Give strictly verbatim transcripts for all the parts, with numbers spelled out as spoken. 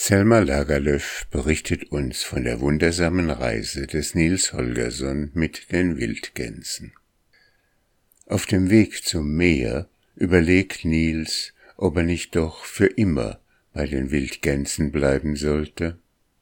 Selma Lagerlöf berichtet uns von der wundersamen Reise des Niels Holgersson mit den Wildgänsen. Auf dem Weg zum Meer überlegt Niels, ob er nicht doch für immer bei den Wildgänsen bleiben sollte.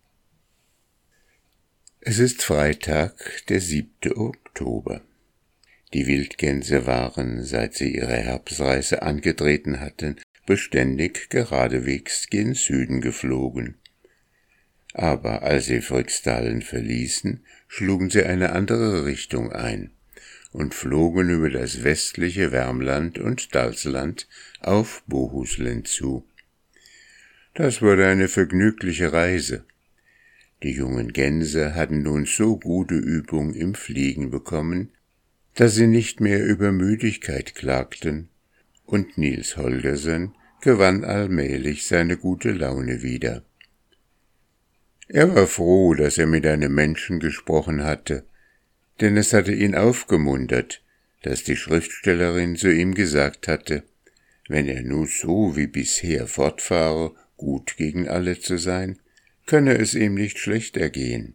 Es ist Freitag, der siebte Oktober. Die Wildgänse waren, seit sie ihre Herbstreise angetreten hatten, beständig geradewegs gen Süden geflogen. Aber als sie Fryksdalen verließen, schlugen sie eine andere Richtung ein und flogen über das westliche Värmland und Dalsland auf Bohuslän zu. Das wurde eine vergnügliche Reise. Die jungen Gänse hatten nun so gute Übung im Fliegen bekommen, dass sie nicht mehr über Müdigkeit klagten, und Niels Holgersson gewann allmählich seine gute Laune wieder. Er war froh, dass er mit einem Menschen gesprochen hatte, denn es hatte ihn aufgemuntert, dass die Schriftstellerin zu ihm gesagt hatte, wenn er nur so wie bisher fortfahre, gut gegen alle zu sein, könne es ihm nicht schlecht ergehen.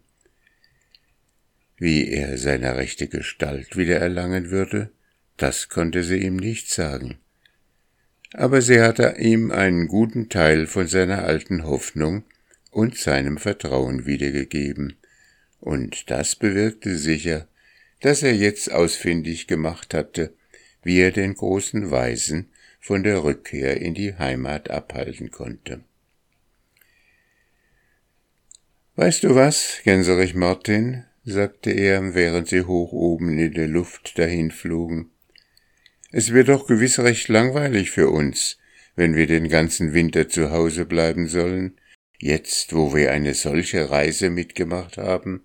Wie er seine rechte Gestalt wieder erlangen würde, das konnte sie ihm nicht sagen. Aber sie hatte ihm einen guten Teil von seiner alten Hoffnung und seinem Vertrauen wiedergegeben, und das bewirkte sicher, dass er jetzt ausfindig gemacht hatte, wie er den großen Weisen von der Rückkehr in die Heimat abhalten konnte. »Weißt du was, Gänserich Martin«, sagte er, während sie hoch oben in der Luft dahinflogen, »es wird doch gewiss recht langweilig für uns, wenn wir den ganzen Winter zu Hause bleiben sollen, jetzt, wo wir eine solche Reise mitgemacht haben.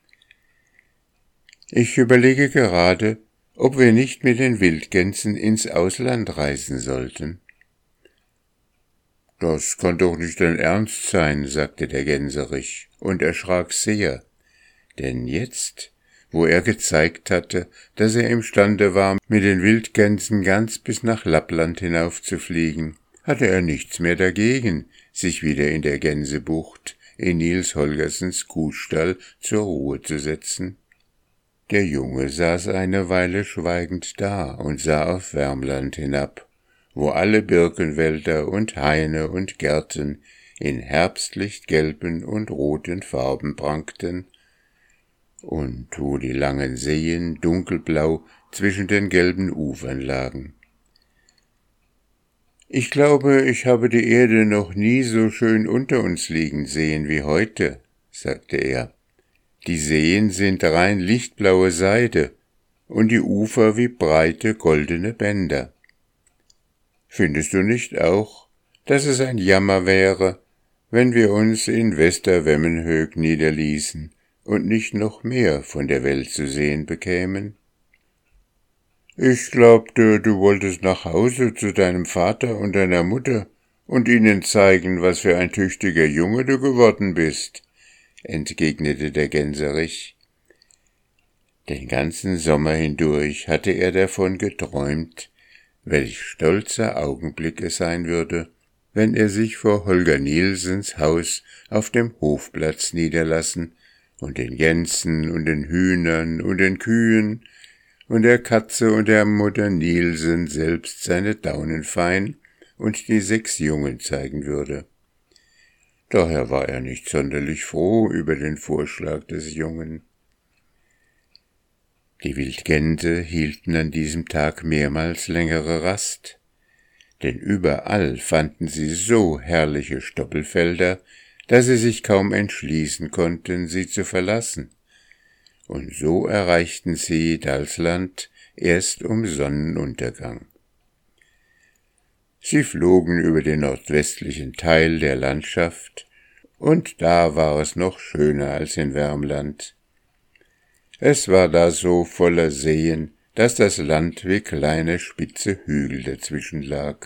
Ich überlege gerade, ob wir nicht mit den Wildgänsen ins Ausland reisen sollten.« »Das kann doch nicht dein Ernst sein«, sagte der Gänserich und erschrak sehr, denn jetzt, wo er gezeigt hatte, dass er imstande war, mit den Wildgänsen ganz bis nach Lappland hinaufzufliegen, hatte er nichts mehr dagegen, sich wieder in der Gänsebucht in Niels Holgerssons Kuhstall zur Ruhe zu setzen. Der Junge saß eine Weile schweigend da und sah auf Värmland hinab, wo alle Birkenwälder und Haine und Gärten in herbstlichtgelben und roten Farben prangten, und wo die langen Seen dunkelblau zwischen den gelben Ufern lagen. »Ich glaube, ich habe die Erde noch nie so schön unter uns liegen sehen wie heute«, sagte er. »Die Seen sind rein lichtblaue Seide und die Ufer wie breite goldene Bänder. Findest du nicht auch, dass es ein Jammer wäre, wenn wir uns in Westervemmenhög niederließen und nicht noch mehr von der Welt zu sehen bekämen?« »Ich glaubte, du wolltest nach Hause zu deinem Vater und deiner Mutter und ihnen zeigen, was für ein tüchtiger Junge du geworden bist«, entgegnete der Gänserich. Den ganzen Sommer hindurch hatte er davon geträumt, welch stolzer Augenblick es sein würde, wenn er sich vor Holger Nielsens Haus auf dem Hofplatz niederlassen und den Gänsen und den Hühnern und den Kühen und der Katze und der Mutter Nielsen selbst seine Daunen fein und die sechs Jungen zeigen würde. Daher war er nicht sonderlich froh über den Vorschlag des Jungen. Die Wildgänse hielten an diesem Tag mehrmals längere Rast, denn überall fanden sie so herrliche Stoppelfelder, dass sie sich kaum entschließen konnten, sie zu verlassen. Und so erreichten sie Dalsland erst um Sonnenuntergang. Sie flogen über den nordwestlichen Teil der Landschaft, und da war es noch schöner als in Värmland. Es war da so voller Seen, dass das Land wie kleine spitze Hügel dazwischen lag.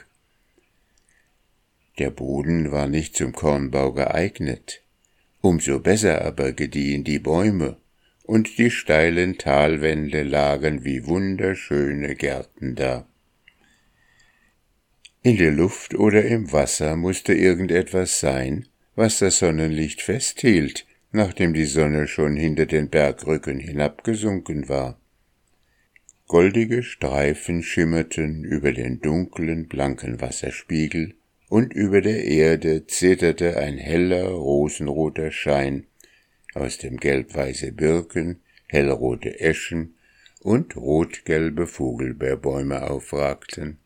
Der Boden war nicht zum Kornbau geeignet, umso besser aber gediehen die Bäume, und die steilen Talwände lagen wie wunderschöne Gärten da. In der Luft oder im Wasser musste irgendetwas sein, was das Sonnenlicht festhielt, nachdem die Sonne schon hinter den Bergrücken hinabgesunken war. Goldige Streifen schimmerten über den dunklen, blanken Wasserspiegel, und über der Erde zitterte ein heller, rosenroter Schein, aus dem gelbweiße Birken, hellrote Eschen und rotgelbe Vogelbeerbäume aufragten.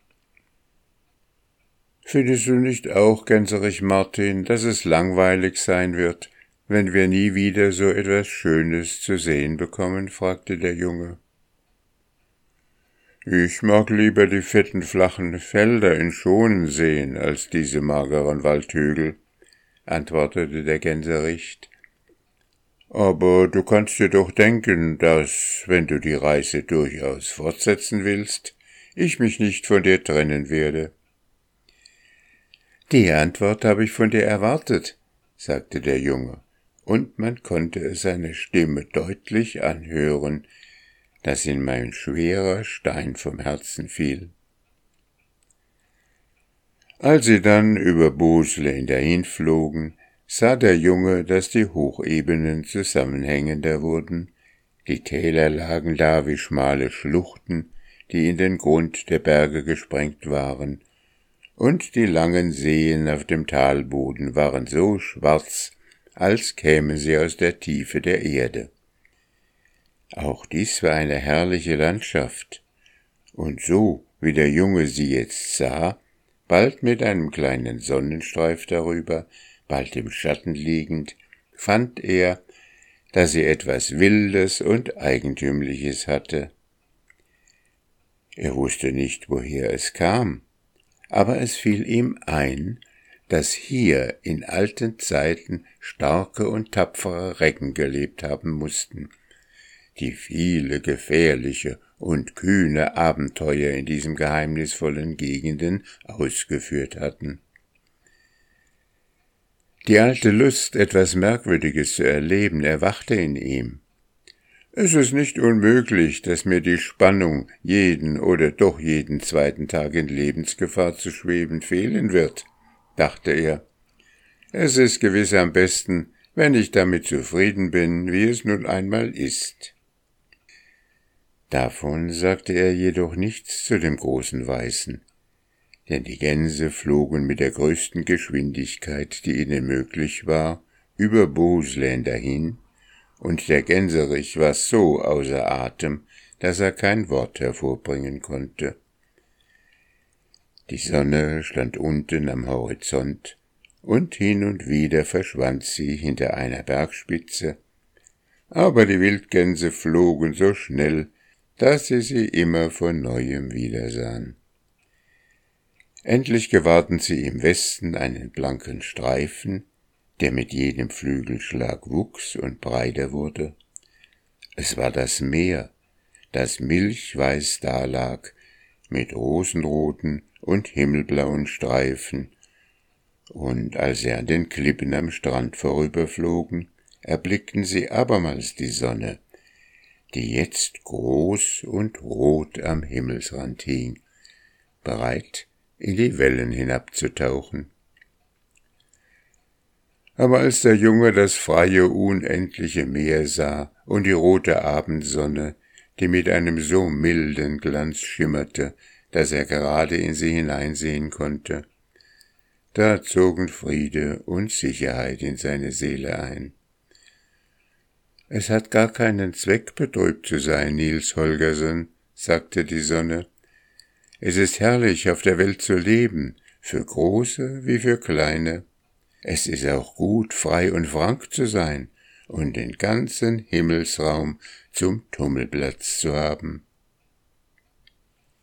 »Findest du nicht auch, Gänserich Martin, dass es langweilig sein wird, wenn wir nie wieder so etwas Schönes zu sehen bekommen?« fragte der Junge. »Ich mag lieber die fetten, flachen Felder in Schonen sehen, als diese mageren Waldhügel«, antwortete der Gänsericht. »Aber du kannst dir doch denken, dass, wenn du die Reise durchaus fortsetzen willst, ich mich nicht von dir trennen werde.« »Die Antwort habe ich von dir erwartet«, sagte der Junge, und man konnte es seiner Stimme deutlich anhören, dass ihm ein schwerer Stein vom Herzen fiel. Als sie dann über Bosley dahinflogen, sah der Junge, dass die Hochebenen zusammenhängender wurden, die Täler lagen da wie schmale Schluchten, die in den Grund der Berge gesprengt waren, und die langen Seen auf dem Talboden waren so schwarz, als kämen sie aus der Tiefe der Erde. Auch dies war eine herrliche Landschaft, und so, wie der Junge sie jetzt sah, bald mit einem kleinen Sonnenstreif darüber, bald im Schatten liegend, fand er, dass sie etwas Wildes und Eigentümliches hatte. Er wusste nicht, woher es kam, aber es fiel ihm ein, dass hier in alten Zeiten starke und tapfere Recken gelebt haben mussten, die viele gefährliche und kühne Abenteuer in diesen geheimnisvollen Gegenden ausgeführt hatten. Die alte Lust, etwas Merkwürdiges zu erleben, erwachte in ihm. »Es ist nicht unmöglich, dass mir die Spannung, jeden oder doch jeden zweiten Tag in Lebensgefahr zu schweben, fehlen wird«, dachte er. »Es ist gewiss am besten, wenn ich damit zufrieden bin, wie es nun einmal ist.« Davon sagte er jedoch nichts zu dem großen Weißen, denn die Gänse flogen mit der größten Geschwindigkeit, die ihnen möglich war, über Bosley dahin, und der Gänserich war so außer Atem, dass er kein Wort hervorbringen konnte. Die Sonne stand unten am Horizont, und hin und wieder verschwand sie hinter einer Bergspitze, aber die Wildgänse flogen so schnell, dass sie sie immer von Neuem wiedersahen. Endlich gewahrten sie im Westen einen blanken Streifen, der mit jedem Flügelschlag wuchs und breiter wurde. Es war das Meer, das milchweiß dalag, mit rosenroten und himmelblauen Streifen, und als sie an den Klippen am Strand vorüberflogen, erblickten sie abermals die Sonne, die jetzt groß und rot am Himmelsrand hing, bereit, in die Wellen hinabzutauchen. Aber als der Junge das freie, unendliche Meer sah und die rote Abendsonne, die mit einem so milden Glanz schimmerte, dass er gerade in sie hineinsehen konnte, da zogen Friede und Sicherheit in seine Seele ein. »Es hat gar keinen Zweck, betrübt zu sein, Niels Holgersen«, sagte die Sonne. »Es ist herrlich, auf der Welt zu leben, für Große wie für Kleine. Es ist auch gut, frei und frank zu sein und den ganzen Himmelsraum zum Tummelplatz zu haben.«